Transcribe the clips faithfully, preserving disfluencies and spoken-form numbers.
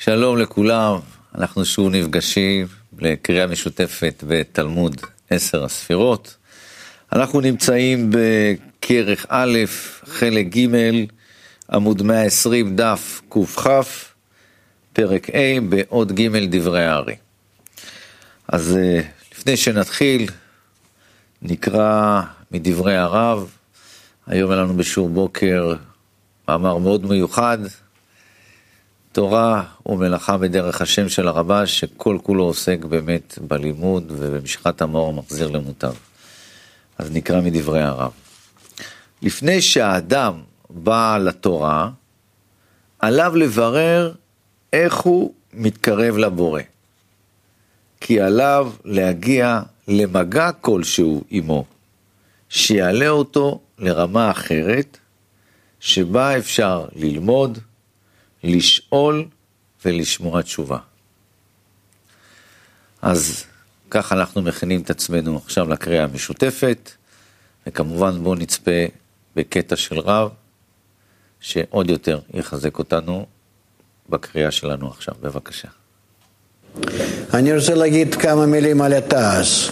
שלום לכולם, אנחנו שוב נפגשים לקריאה משותפת בתלמוד עשר הספירות. אנחנו נמצאים בכרך א', חלק ג', עמוד מאה ועשרים, דף קכ, פרק A, בעוד ג' דברי הארי. אז לפני שנתחיל, נקרא מדברי הרב. היום היה לנו בשיעור בוקר מאמר מאוד מיוחד, תורה ומלאכה בדרך השם של הרב"ש, שכל כולו עוסק באמת בלימוד ובמשחת המאור המחזיר למוטב. אז נקרא מדברי הרב. לפני שהאדם בא לתורה, עליו לברר איך הוא מתקרב לבורא. כי עליו להגיע למגע כלשהו עמו, שיעלה אותו לרמה אחרת, שבה אפשר ללמוד, לשאול ולשמוע תשובה. אז ככה אנחנו מכינים את עצמנו עכשיו לקריאה המשותפת, וכמובן בואו נצפה בקטע של רב, שעוד יותר יחזק אותנו בקריאה שלנו עכשיו. בבקשה. אני רוצה להגיד כמה מילים על התעש.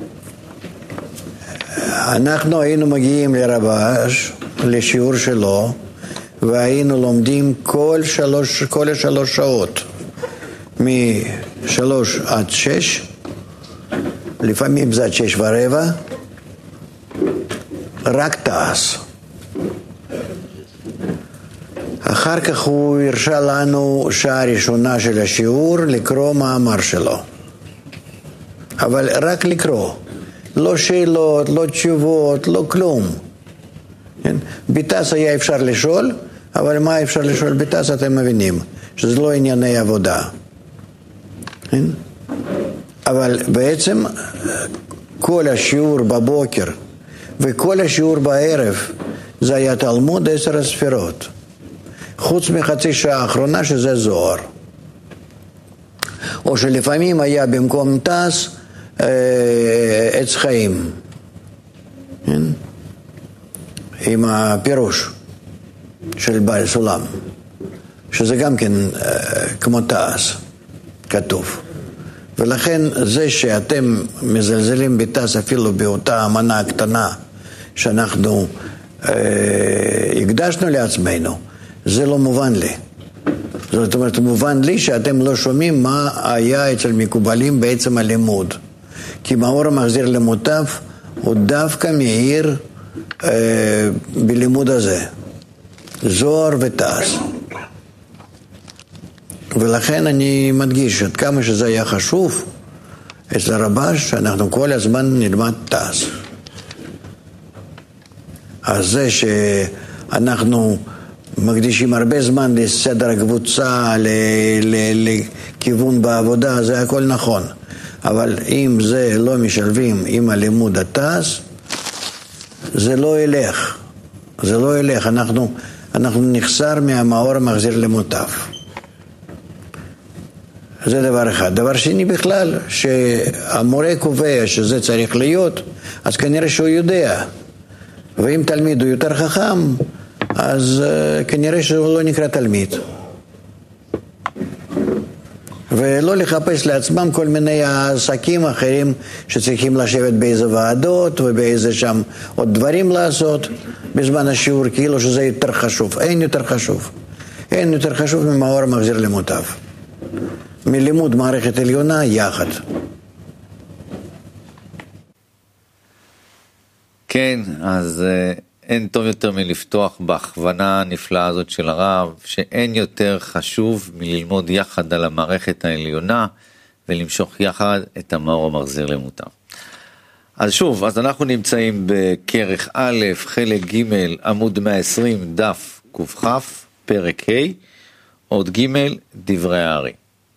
אנחנו היינו מגיעים לרב"ש, לשיעור שלו, והיינו לומדים כל שלוש, כל השלוש שעות, משלוש עד שש, לפעמים זה עד שש ורבע, רק תעש. אחר כך הוא הרשה לנו שעה ראשונה של השיעור לקרוא מאמר שלו. אבל רק לקרוא. לא שאלות, לא תשובות, לא כלום. כן? בתעש היה אפשר לשאול, אבל מה אפשר לשאול בתעש אתם מבינים? שזה לא ענייני עבודה. כן? אבל בעצם כל השיעור בבוקר וכל השיעור בערב זה היה תלמוד עשר הספירות. חוץ מחצי שעה האחרונה שזה זוהר. או שלפעמים היה במקום תעש עץ חיים. כן? עם הפירוש של בעל סולם. שזה גם כן כמו תעש כתוב. ולכן זה שאתם מזלזלים בתעש אפילו באותה אמנה הקטנה שאנחנו אה, הקדשנו לעצמנו, זה לא מובן לי. זאת אומרת, מובן לי שאתם לא שומעים מה היה אצל מקובלים בעצם הלימוד. כי מאור המחזיר למוטב הוא דווקא מאיר אה, בלימוד הזה. זוהר ותעש. ולכן אני מדגיש עד כמה שזה היה חשוב אצל הרב"ש שאנחנו כל הזמן נלמד תעש. אז זה שאנחנו מקדישים הרבה זמן לסדר הקבוצה, לכיוון בעבודה, זה הכל נכון. אבל אם זה לא משלבים עם הלימוד התעש, זה לא ילך. זה לא ילך. אנחנו, אנחנו נחסר מהמאור המחזיר למוטב. זה דבר אחד. דבר שני בכלל, שהמורה קובע שזה צריך להיות, אז כנראה שהוא יודע. ואם תלמיד הוא יותר חכם, אז uh, כנראה שהוא לא נקרא תלמיד. ולא לחפש לעצמם כל מיני עסקים אחרים שצריכים לשבת באיזה ועדות ובאיזה שם עוד דברים לעשות בזמן השיעור, כאילו שזה יותר חשוב. אין יותר חשוב. אין יותר חשוב ממאור המחזיר למוטב. מלימוד מערכת עליונה יחד. כן, אז אין טוב יותר מלפתוח בהכוונה הנפלאה הזאת של הרב, שאין יותר חשוב מללמוד יחד על המערכת העליונה, ולמשוך יחד את המאור המחזיר למוטב. אז שוב, אז אנחנו נמצאים בכרך א', חלק ג', עמוד מאה ועשרים, דף קכ, פרק ה', עוד ג' דברי הארי.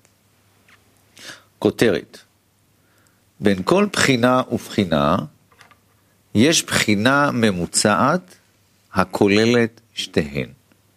כותרת. בין כל בחינה ובחינה, יש בחינה ממוצעת הכוללת שתיהן.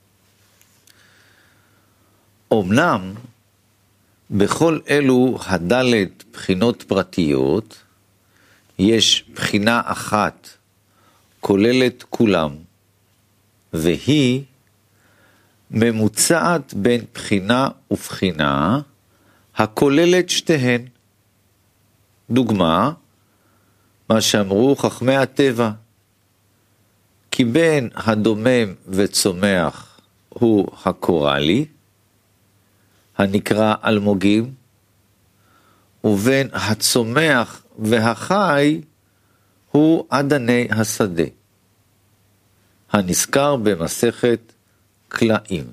אמנם בכל אלו הדלת בחינות פרטיות, יש בחינה אחת כוללת כולם, והיא ממוצעת בין בחינה ובחינה, הכוללת שתיהן. דוגמה, מה שאמרו חכמי הטבע, כי בין הדומם וצומח הוא הקורלי, הנקרא אלמוגים, ובין הצומח והחי הוא עדני השדה, הנזכר במסכת קלעים,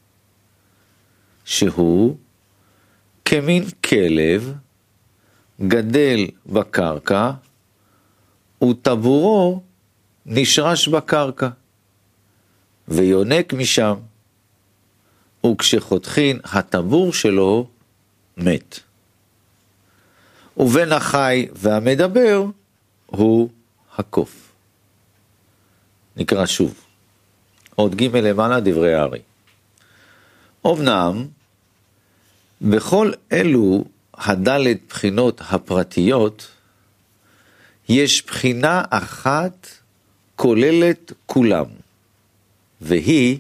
שהוא כמין כלב גדל בקרקע וטבורו נשרש בקרקע ויונק משם, וכשחותכין הטבור שלו מת. ובין החי והמדבר הוא הקוף. נקרא שוב. עוד ג' למעלה דברי הארי. אמנם, בכל אלו הדלת בחינות הפרטיות, יש בחינה אחת כוללת כולם, והיא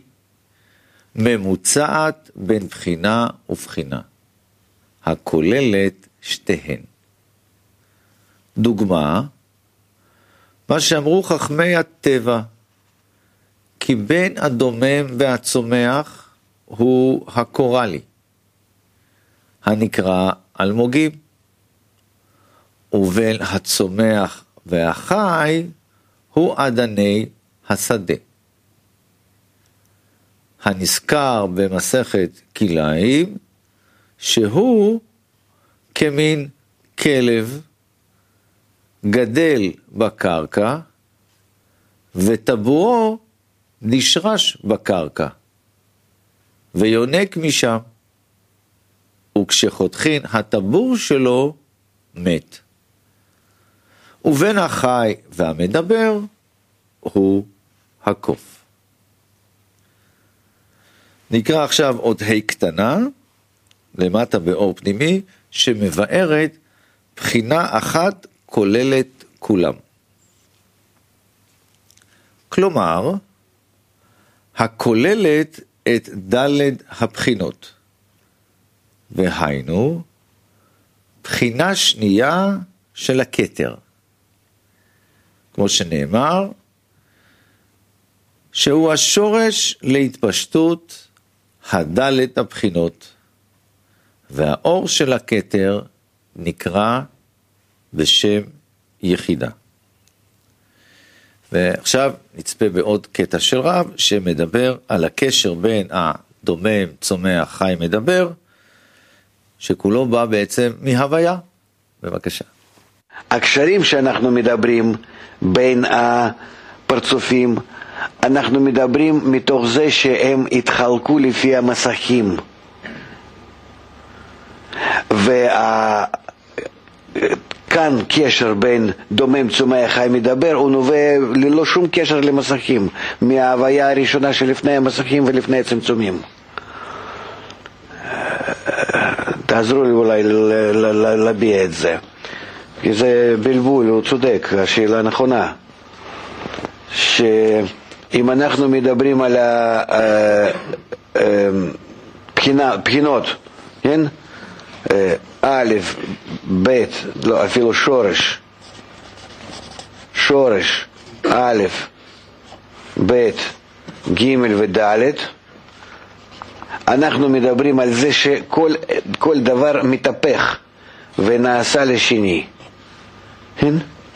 ממוצעת בין בחינה ובחינה, הכוללת שתיהן. דוגמה, מה שאמרו חכמי הטבע, כי בין הדומם והצומח הוא הקורלי, הנקרא אלמוגים, ובין הצומח והחי הוא עדני השדה, הנזכר במסכת קלעים, שהוא כמין כלב גדל בקרקע וטבורו נשרש בקרקע ויונק משם, וכשחותכין הטבור שלו מת. ובין החי והמדבר הוא הקוף. נקרא עכשיו עוד ה' קטנה למטה באור פנימי, שמבארת בחינה אחת כוללת כולם. כלומר, הכוללת את דלת הבחינות, והיינו בחינה שנייה של הכתר, כמו שנאמר, שהוא השורש להתפשטות הדלת הבחינות, והאור של הכתר נקרא בשם יחידה. ועכשיו נצפה בעוד קטע של רב שמדבר על הקשר בין הדומם, צומח, חי, מדבר, שכולו בא בעצם מהוויה. בבקשה. הקשרים שאנחנו מדברים בין הפרצופים, אנחנו מדברים מתוך זה שהם התחלקו לפי המסכים. וכאן קשר בין דומם, צומח, חי, מדבר, הוא נובע ללא שום קשר למסכים, מההוויה הראשונה שלפני המסכים ולפני הצמצומים. תעזרו לי אולי להביע את זה, כי זה בלבול, הוא צודק, השאלה נכונה, שאם אנחנו מדברים על הבחינות, כן? א', ב', לא, אפילו שורש, שורש, א', ב', ג' וד', אנחנו מדברים על זה שכל כל דבר מתהפך ונעשה לשני. כן?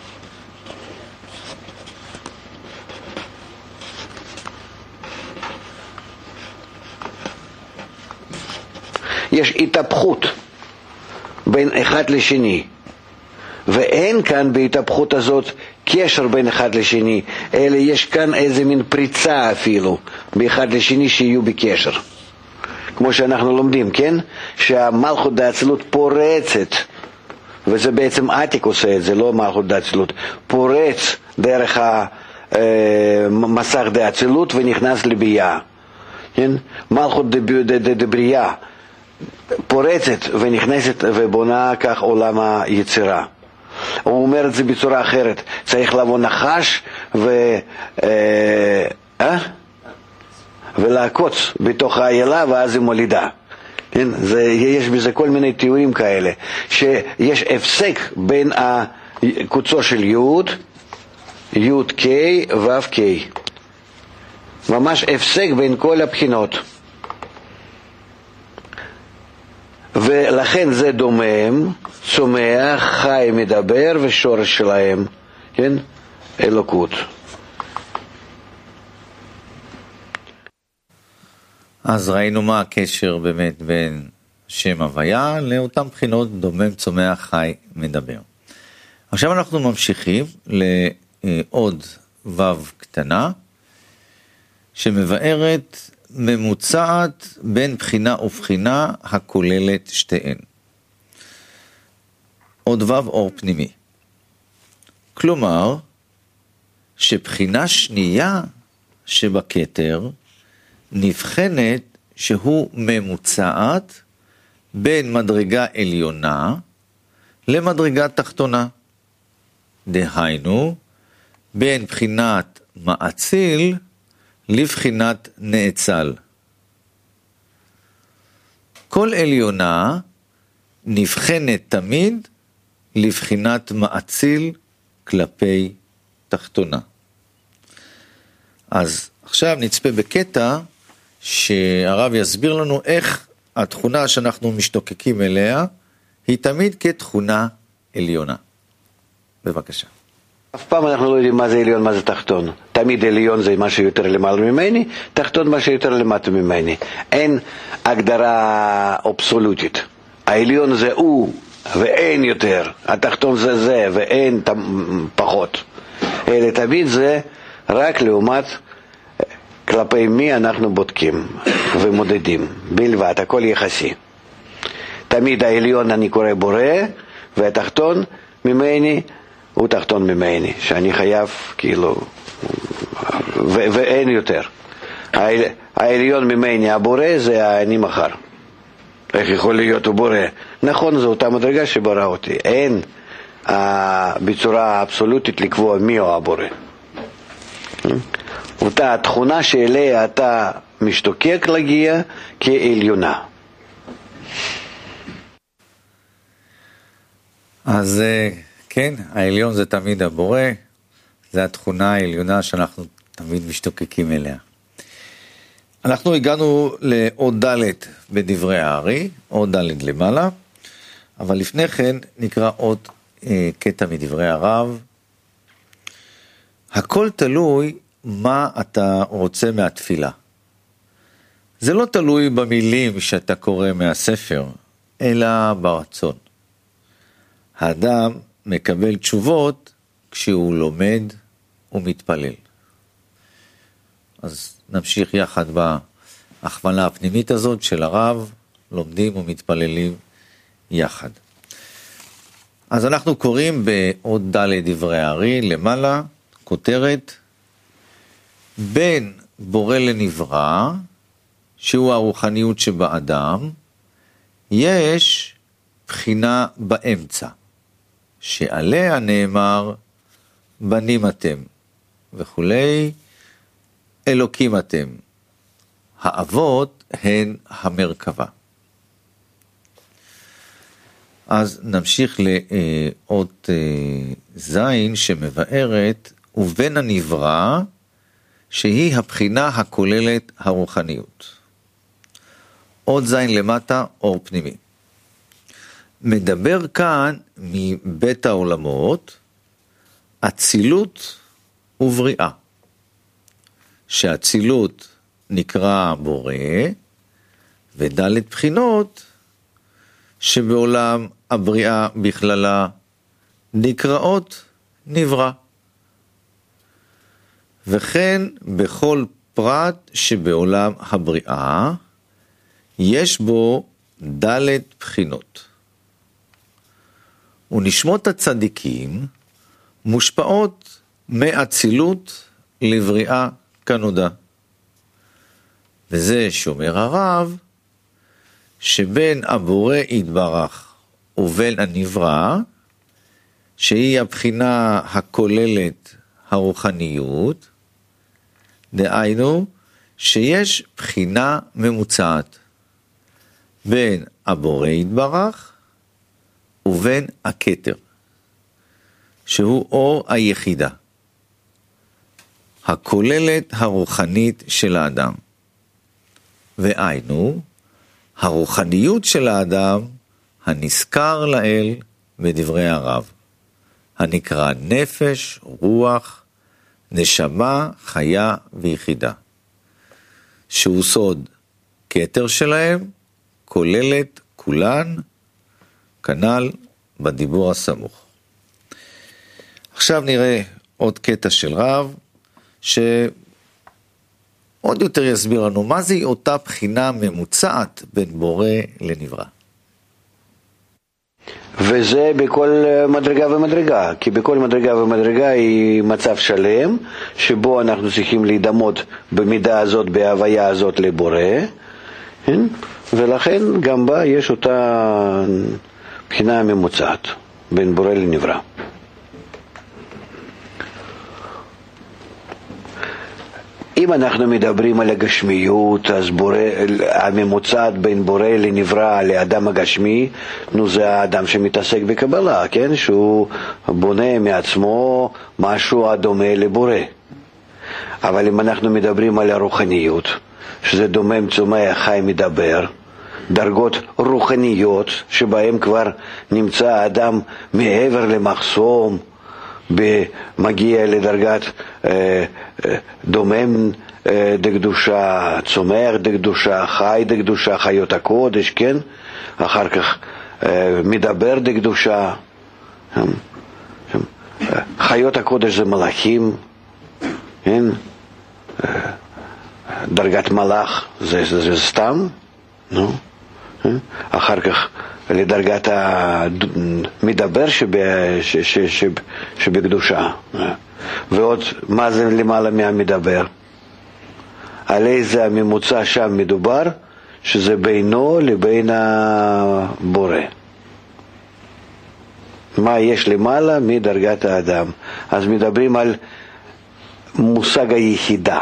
יש התהפכות בין אחד לשני, ואין כאן בהתהפכות הזאת קשר בין אחד לשני, אלא יש כאן איזה מין פריצה אפילו באחד לשני שיהיו בקשר. כמו שאנחנו לומדים, כן? שהמלכות דאצילות פורצת, וזה בעצם עתיק עושה את זה, לא מלכות דאצילות, פורץ דרך המסך דאצילות ונכנס לביאה. כן? מלכות דבריאה פורצת ונכנסת ובונה כך עולם היצירה. הוא אומר את זה בצורה אחרת, צריך לבוא נחש ו... אה? ולעקוץ בתוך האיילה ואז היא מולידה. כן? זה, יש בזה כל מיני תיאורים כאלה, שיש הפסק בין הקוצו של י', י' ק' ו' ק'. ממש הפסק בין כל הבחינות. ולכן זה דומם, צומח, חי, מדבר, ושורש שלהם, כן? אלוקות. אז ראינו מה הקשר באמת בין שם הוויה לאותן בחינות דומם, צומח, חי, מדבר. עכשיו אנחנו ממשיכים לעוד ו' קטנה, שמבארת ממוצעת בין בחינה ובחינה הכוללת שתיהן. עוד ו' אור פנימי. כלומר, שבחינה שנייה שבכתר נבחנת שהוא ממוצעת בין מדרגה עליונה למדרגה תחתונה. דהיינו, בין בחינת מאציל לבחינת נאצל. כל עליונה נבחנת תמיד לבחינת מאציל כלפי תחתונה. אז עכשיו נצפה בקטע שהרב יסביר לנו איך התכונה שאנחנו משתוקקים אליה היא תמיד כתכונה עליונה. בבקשה. אף פעם אנחנו לא יודעים מה זה עליון, מה זה תחתון. תמיד עליון זה מה שיותר למעלה ממני, תחתון מה שיותר למטה ממני. אין הגדרה אבסולוטית. העליון זה הוא ואין יותר, התחתון זה זה ואין פחות. אלא תמיד זה רק לעומת כלפי מי אנחנו בודקים ומודדים, בלבד, הכל יחסי. תמיד העליון אני קורא בורא, והתחתון ממני הוא תחתון ממני, שאני חייב כאילו, ו- ואין יותר. העליון ממני הבורא זה אני מחר. איך יכול להיות הוא בורא? נכון, זו אותה מדרגה שברא אותי. אין אה, בצורה אבסולוטית לקבוע מי הוא הבורא. אותה התכונה שאליה אתה משתוקק להגיע כעליונה. אז כן, העליון זה תמיד הבורא, זה התכונה העליונה שאנחנו תמיד משתוקקים אליה. אנחנו הגענו לעוד ד' בדברי הארי, עוד ד' למעלה, אבל לפני כן נקרא עוד אה, קטע מדברי הרב. הכל תלוי מה אתה רוצה מהתפילה. זה לא תלוי במילים שאתה קורא מהספר, אלא ברצון. האדם מקבל תשובות כשהוא לומד ומתפלל. אז נמשיך יחד בהכוונה הפנימית הזאת של הרב, לומדים ומתפללים יחד. אז אנחנו קוראים בעוד ד' דברי הארי למעלה, כותרת, בין בורא לנברא, שהוא הרוחניות שבאדם, יש בחינה באמצע, שעליה נאמר, בנים אתם, וכולי, אלוקים אתם. האבות הן המרכבה. אז נמשיך לעוד זין שמבארת, ובין הנברא, שהיא הבחינה הכוללת הרוחניות. עוד זין למטה, אור פנימי. מדבר כאן מבית העולמות, אצילות ובריאה. שהאצילות נקרא בורא, ודלת בחינות, שבעולם הבריאה בכללה נקראות נברא. וכן בכל פרט שבעולם הבריאה, יש בו דלת בחינות. ונשמות הצדיקים מושפעות מאצילות לבריאה כנודע. וזה שאומר הרב, שבין הבורא יתברך ובין הנברא, שהיא הבחינה הכוללת הרוחניות, דהיינו שיש בחינה ממוצעת בין הבורא יתברך ובין הכתר, שהוא אור היחידה, הכוללת הרוחנית של האדם. והיינו, הרוחניות של האדם הנזכר לאל בדברי הרב, הנקרא נפש, רוח, נשמה, חיה ויחידה, שהוא סוד כתר שלהם, כוללת כולן, כנ"ל בדיבור הסמוך. עכשיו נראה עוד קטע של רב, שעוד יותר יסביר לנו מה זה אותה בחינה ממוצעת בין בורא לנברא. וזה בכל מדרגה ומדרגה, כי בכל מדרגה ומדרגה היא מצב שלם, שבו אנחנו צריכים להידמות במידה הזאת, בהוויה הזאת לבורא, ולכן גם בה יש אותה בחינה ממוצעת בין בורא לנברא. אם אנחנו מדברים על הגשמיות, אז בורא, הממוצעת בין בורא לנברא לאדם הגשמי, נו זה האדם שמתעסק בקבלה, כן? שהוא בונה מעצמו משהו הדומה לבורא. אבל אם אנחנו מדברים על הרוחניות, שזה דומם, צומח, חי, מדבר, דרגות רוחניות שבהם כבר נמצא האדם מעבר למחסום, מגיע לדרגת אה, אה, דומם אה, דקדושה, צומח דקדושה, חי דקדושה, חיות הקודש, כן? אחר כך אה, מדבר דקדושה. אה, אה, חיות הקודש זה מלאכים, כן? אה, דרגת מלאך זה, זה, זה סתם, נו? אה? אחר כך לדרגת המדבר שבקדושה. ועוד מה זה למעלה מהמדבר? על איזה הממוצע שם מדובר? שזה בינו לבין הבורא. מה יש למעלה מדרגת האדם? אז מדברים על מושג היחידה.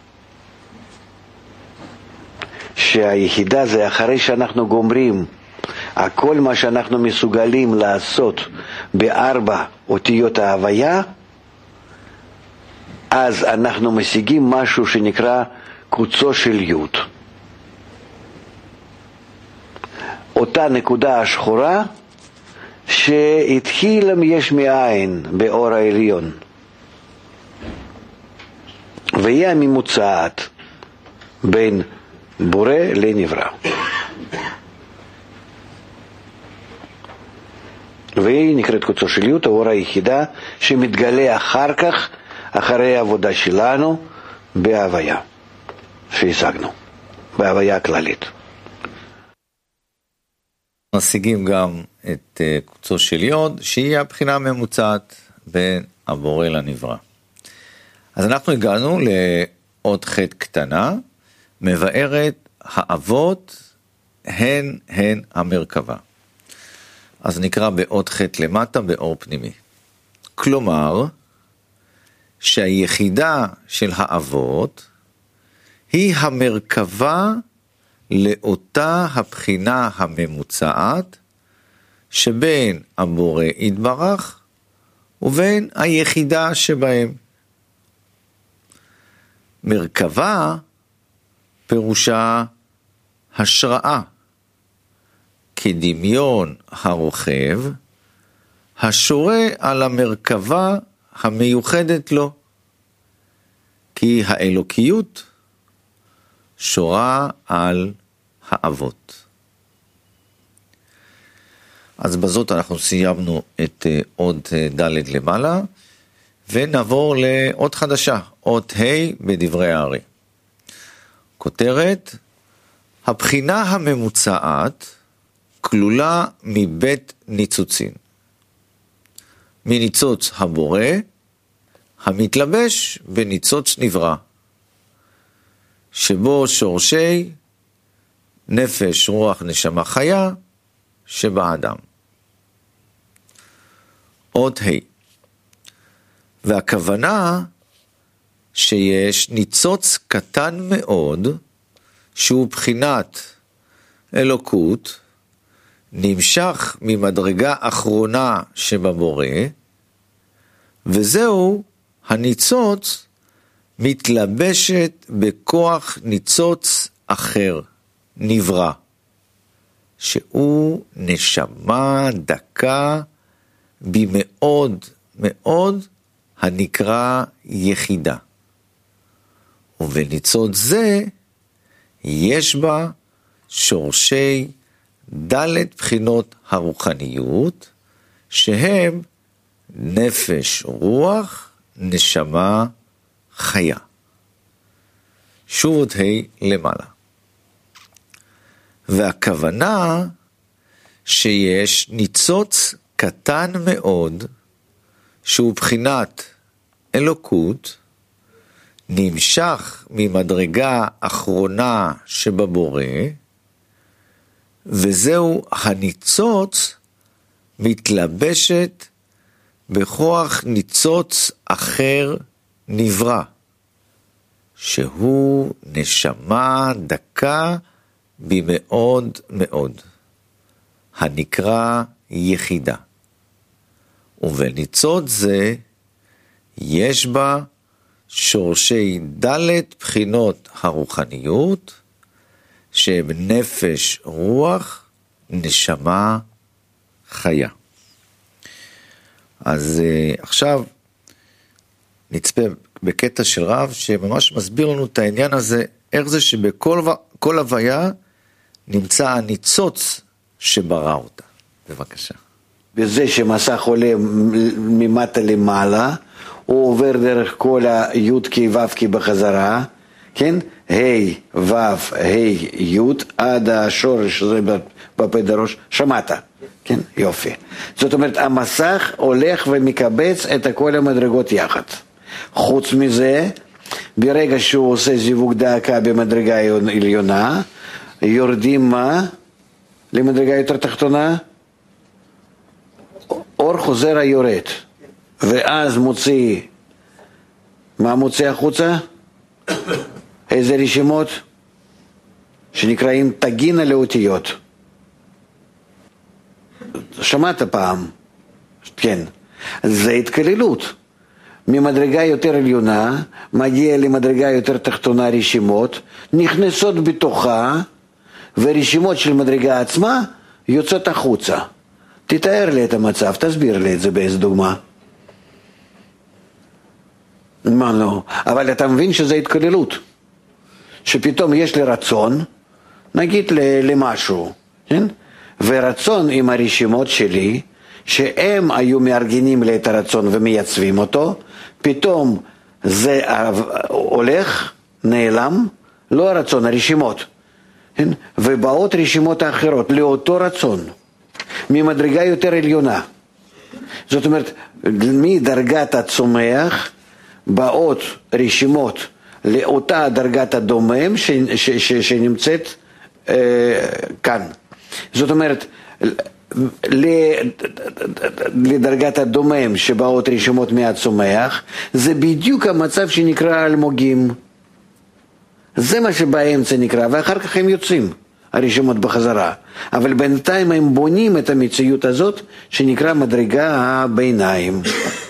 שהיחידה זה אחרי שאנחנו גומרים הכל מה שאנחנו מסוגלים לעשות בארבע אותיות ההוויה, אז אנחנו משיגים משהו שנקרא קוצו של יוד. אותה נקודה השחורה שהתחילה מיש מאין באור העליון, והיא הממוצעת בין בורא לנברא. והיא נקראת קוצו של יוד, האור היחידה שמתגלה אחר כך, אחרי העבודה שלנו בהוויה שהשגנו, בהוויה הכללית. משיגים גם את קוצו של יוד, שהיא הבחינה הממוצעת בין הבורא לנברא. אז אנחנו הגענו לעוד חטא קטנה, מבארת האבות הן הן המרכבה. אז נקרא בעוד חטא למטה באור פנימי. כלומר, שהיחידה של האבות היא המרכבה לאותה הבחינה הממוצעת שבין הבורא יתברך ובין היחידה שבהם. מרכבה פירושה השראה, כדמיון הרוכב השורה על המרכבה המיוחדת לו, כי האלוקיות שורה על האבות. אז בזאת אנחנו סיימנו את עוד ד' למעלה, ונעבור לעוד חדשה, עוד ה' בדברי הארי. כותרת, הבחינה הממוצעת כלולה מבית ניצוצין. מניצוץ הבורא, המתלבש בניצוץ נברא, שבו שורשי נפש, רוח, נשמה, חיה, שבאדם. עוד ה' והכוונה שיש ניצוץ קטן מאוד, שהוא בחינת אלוקות, נמשך ממדרגה אחרונה שבבורא, וזהו הניצוץ מתלבשת בכוח ניצוץ אחר, נברא, שהוא נשמה דקה במאוד מאוד הנקרא יחידה. ובניצוץ זה יש בה שורשי ד' בחינות הרוחניות, שהם נפש, רוח, נשמה, חיה. שוב עוד ה' למעלה. והכוונה שיש ניצוץ קטן מאוד, שהוא בחינת אלוקות, נמשך ממדרגה אחרונה שבבורא, וזהו הניצוץ מתלבשת בכוח ניצוץ אחר נברא, שהוא נשמה דקה במאוד מאוד, הנקרא יחידה. ובניצוץ זה יש בה שורשי ד' בחינות הרוחניות, שהם נפש, רוח, נשמה, חיה. אז uh, עכשיו נצפה בקטע של רב שממש מסביר לנו את העניין הזה, איך זה שבכל כל הוויה נמצא הניצוץ שברא אותה. בבקשה. בזה שמסך עולה ממטה למעלה, הוא עובר דרך כל הי' כי ו' כי בחזרה, כן? ה' ו' ה' י' עד השורש שזה בפה דרוש, שמעת, כן? יופי. זאת אומרת, המסך הולך ומקבץ את כל המדרגות יחד. חוץ מזה, ברגע שהוא עושה זיווג דקה במדרגה עליונה, יורדים מה? למדרגה יותר תחתונה? אור חוזר היורד, ואז מוציא, מה מוציא החוצה? איזה רשימות? שנקראים תגינה לאותיות. שמעת פעם? כן. זה התקללות. ממדרגה יותר עליונה, מגיע למדרגה יותר תחתונה רשימות, נכנסות בתוכה, ורשימות של מדרגה עצמה יוצאות החוצה. תתאר לי את המצב, תסביר לי את זה באיזו דוגמה. מה לא? אבל אתה מבין שזה התקללות. שפתאום יש לי רצון, נגיד למשהו, כן? ורצון עם הרשימות שלי, שהם היו מארגנים לי את הרצון ומייצבים אותו, פתאום זה הולך, נעלם, לא הרצון, הרשימות. כן? ובאות רשימות האחרות לאותו רצון. ממדרגה יותר עליונה. זאת אומרת, מדרגת הצומח באות רשימות לאותה דרגת הדומם ש, ש, ש, שנמצאת אה, כאן. זאת אומרת, לדרגת הדומם שבאות רשימות מהצומח, זה בדיוק המצב שנקרא אלמוגים. זה מה שבאמצע נקרא, ואחר כך הם יוצאים. הרשימות בחזרה, אבל בינתיים הם בונים את המציאות הזאת שנקרא מדרגה הביניים.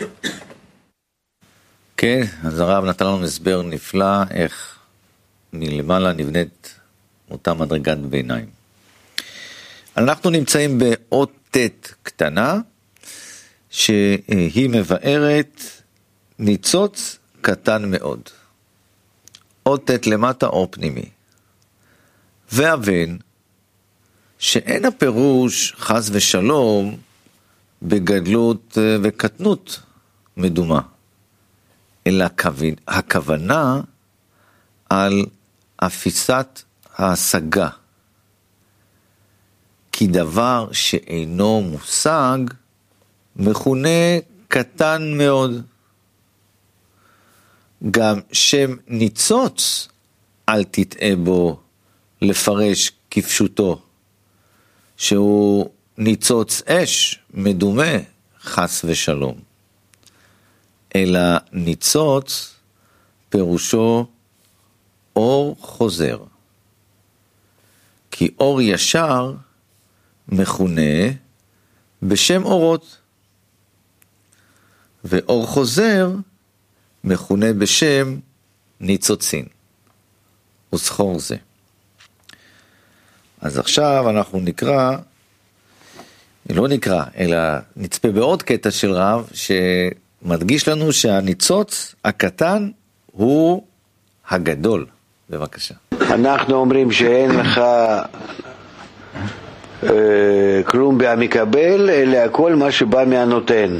כן, אז הרב נתן לנו הסבר נפלא איך מלמעלה נבנית אותה מדרגת ביניים. אנחנו נמצאים באות ת' קטנה שהיא מבארת ניצוץ קטן מאוד. אות ת' למטה אור פנימי. והבן, שאין הפירוש חס ושלום בגדלות וקטנות מדומה, אלא הכוונה על אפיסת ההשגה, כי דבר שאינו מושג מכונה קטן מאוד. גם שם ניצוץ אל תטעה בו לפרש כפשוטו, שהוא ניצוץ אש מדומה חס ושלום, אלא ניצוץ פירושו אור חוזר. כי אור ישר מכונה בשם אורות, ואור חוזר מכונה בשם ניצוצין, וזכור זה. אז עכשיו אנחנו נקרא, לא נקרא, אלא נצפה בעוד קטע של רב, שמדגיש לנו שהניצוץ הקטן הוא הגדול. בבקשה. אנחנו אומרים שאין לך אה, כלום מהמקבל, אלא הכל מה שבא מהנותן.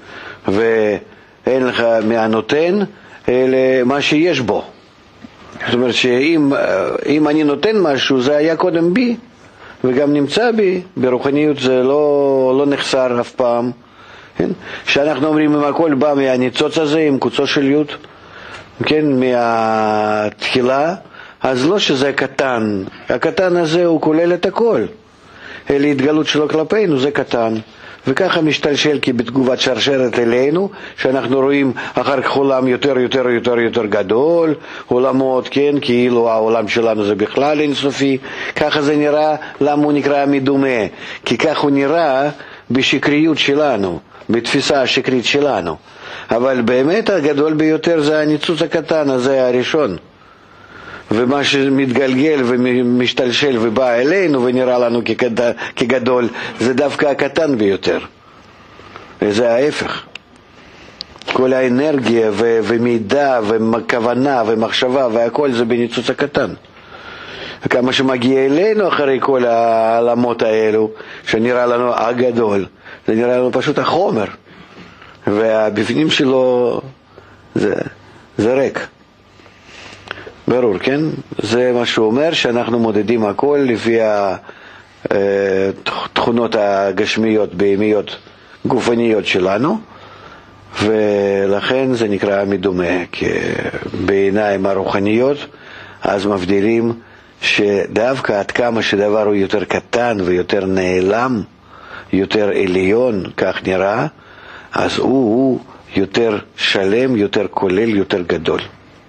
ואין לך מהנותן, אלא מה שיש בו. זאת אומרת שאם אם אני נותן משהו, זה היה קודם בי, וגם נמצא בי. ברוחניות זה לא, לא נחסר אף פעם. כן? שאנחנו אומרים אם הכל בא מהניצוץ הזה, עם קוצו של יוד, כן, מהתחילה, אז לא שזה קטן. הקטן הזה הוא כולל את הכל. אלה התגלות שלו כלפינו, זה קטן. וככה משתלשל כי בתגובת שרשרת אלינו, שאנחנו רואים אחר כך עולם יותר יותר יותר יותר גדול, עולמות, כן, כאילו העולם שלנו זה בכלל אינסופי. ככה זה נראה. למה הוא נקרא מדומה? כי כך הוא נראה בשקריות שלנו, בתפיסה השקרית שלנו. אבל באמת הגדול ביותר זה הניצוץ הקטן הזה הראשון. ומה שמתגלגל ומשתלשל ובא אלינו ונראה לנו כגדול, זה דווקא הקטן ביותר. וזה ההפך. כל האנרגיה ו- ומידע וכוונה ומחשבה והכל זה בניצוץ הקטן. וכמה שמגיע אלינו אחרי כל העלמות האלו, שנראה לנו הגדול, זה נראה לנו פשוט החומר. והבפנים שלו זה, זה ריק. ברור, כן? זה מה שהוא אומר, שאנחנו מודדים הכל לפי התכונות הגשמיות, בהמיות, גופניות שלנו, ולכן זה נקרא מדומה, כי בעיניים הרוחניות, אז מבדילים שדווקא עד כמה שדבר הוא יותר קטן ויותר נעלם, יותר עליון, כך נראה, אז הוא, הוא יותר שלם, יותר כולל, יותר גדול.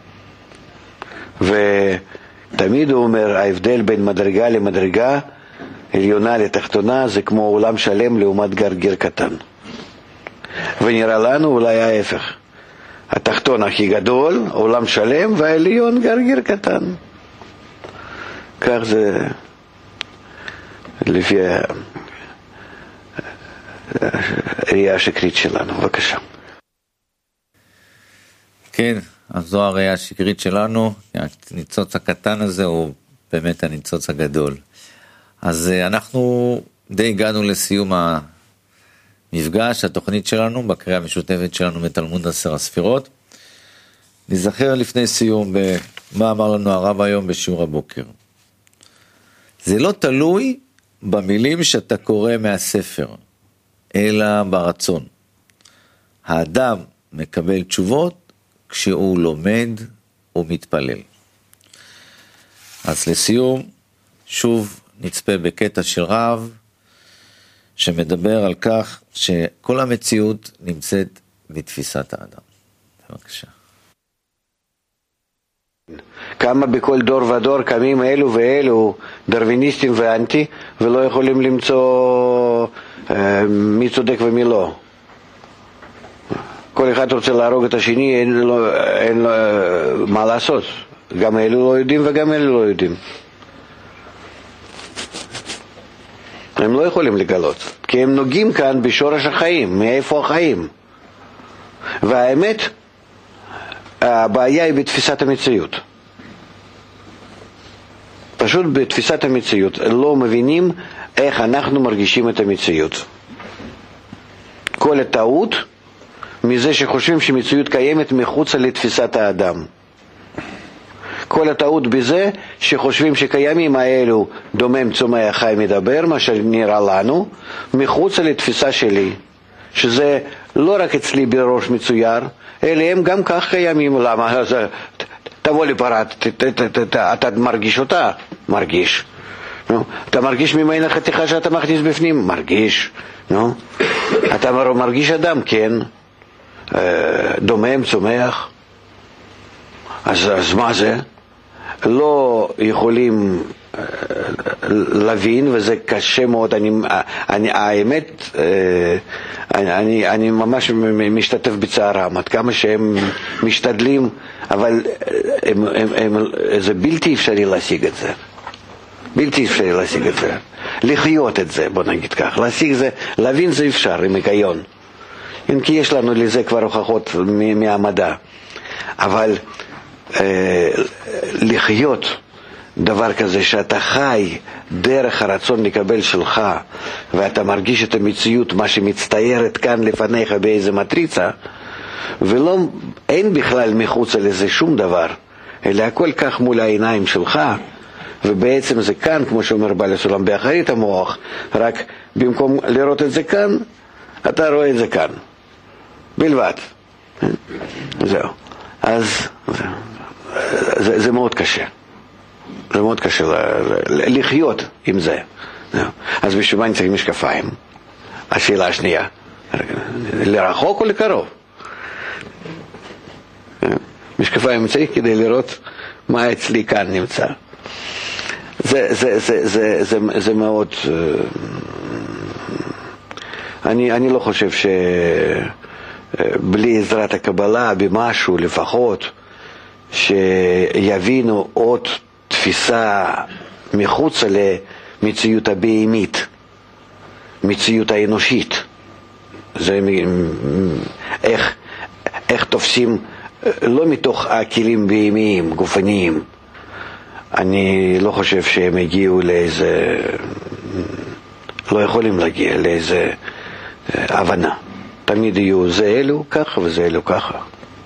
ותמיד הוא אומר, ההבדל בין מדרגה למדרגה, עליונה לתחתונה, זה כמו עולם שלם לעומת גרגיר קטן. ונראה לנו אולי ההפך. התחתון הכי גדול, עולם שלם, והעליון גרגיר קטן. כך זה לפי הראייה השקרית שלנו. בבקשה. כן, אז זו הראייה השקרית שלנו. הניצוץ הקטן הזה הוא באמת הניצוץ הגדול. אז אנחנו די הגענו לסיום המפגש, התוכנית שלנו, בקריאה המשותפת שלנו בתלמוד עשר הספירות. נזכר לפני סיום במה אמר לנו הרב היום בשיעור הבוקר. זה לא תלוי במילים שאתה קורא מהספר, אלא ברצון. האדם מקבל תשובות כשהוא לומד ומתפלל. אז לסיום, שוב נצפה בקטע של רב, שמדבר על כך שכל המציאות נמצאת בתפיסת האדם. בבקשה. כמה בכל דור ודור קמים אלו ואלו דרוויניסטים ואנטי, ולא יכולים למצוא אה, מי צודק ומי לא. כל אחד רוצה להרוג את השני, אין לו, אין לו אה, מה לעשות. גם אלו לא יודעים וגם אלו לא יודעים. הם לא יכולים לגלות, כי הם נוגעים כאן בשורש החיים, מאיפה החיים. והאמת, הבעיה היא בתפיסת המציאות. פשוט בתפיסת המציאות, לא מבינים איך אנחנו מרגישים את המציאות. כל הטעות מזה שחושבים שמציאות קיימת מחוץ לתפיסת האדם. כל הטעות בזה שחושבים שקיימים האלו דומם צומח חי מדבר, מה שנראה לנו, מחוץ לתפיסה שלי, שזה לא רק אצלי בראש מצויר, אלא הם גם כך קיימים. למה? אז תבוא לפרט, אתה מרגיש אותה? מרגיש. אתה מרגיש ממנה חתיכה שאתה מכניס בפנים? מרגיש. אתה מרגיש אדם? כן. דומם, צומח. אז, אז מה זה? לא יכולים להבין, וזה קשה מאוד. אני, אני, האמת, אני, אני, אני ממש משתתף בצערם, עד כמה שהם משתדלים, אבל הם, הם, הם, זה בלתי אפשרי להשיג את זה. בלתי אפשרי להשיג את זה. לחיות את זה, בוא נגיד כך. להשיג זה, להבין זה אפשר, עם היגיון. כי יש לנו לזה כבר הוכחות מהמדע. אבל אה, לחיות דבר כזה שאתה חי דרך הרצון לקבל שלך, ואתה מרגיש את המציאות, מה שמצטיירת כאן לפניך באיזה מטריצה, ולא, אין בכלל מחוץ לזה שום דבר, אלא הכל כך מול העיניים שלך, ובעצם זה כאן, כמו שאומר בעל הסולם, באחרית המוח, רק במקום לראות את זה כאן, אתה רואה את זה כאן, בלבד. זהו. אז זה, זה מאוד קשה. זה מאוד קשה לחיות עם זה. אז בשביל מה אני צריך משקפיים? השאלה השנייה, לרחוק או לקרוב? משקפיים צריך כדי לראות מה אצלי כאן נמצא. זה, זה, זה, זה, זה, זה מאוד... אני, אני לא חושב שבלי עזרת הקבלה, במשהו לפחות, שיבינו עוד תפיסה מחוץ למציאות הבהמית, מציאות האנושית. זה איך, איך תופסים, לא מתוך הכלים בהמיים, גופניים. אני לא חושב שהם הגיעו לאיזה, לא יכולים להגיע לאיזה הבנה. תמיד יהיו זה אלו ככה וזה אלו ככה.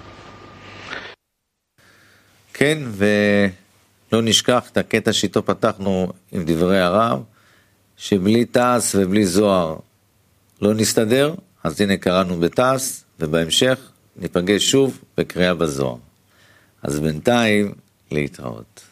כן, ולא נשכח את הקטע שאיתו פתחנו עם דברי הרב, שבלי תעש ובלי זוהר לא נסתדר, אז הנה קראנו בתעש, ובהמשך ניפגש שוב בקריאה בזוהר. אז בינתיים להתראות.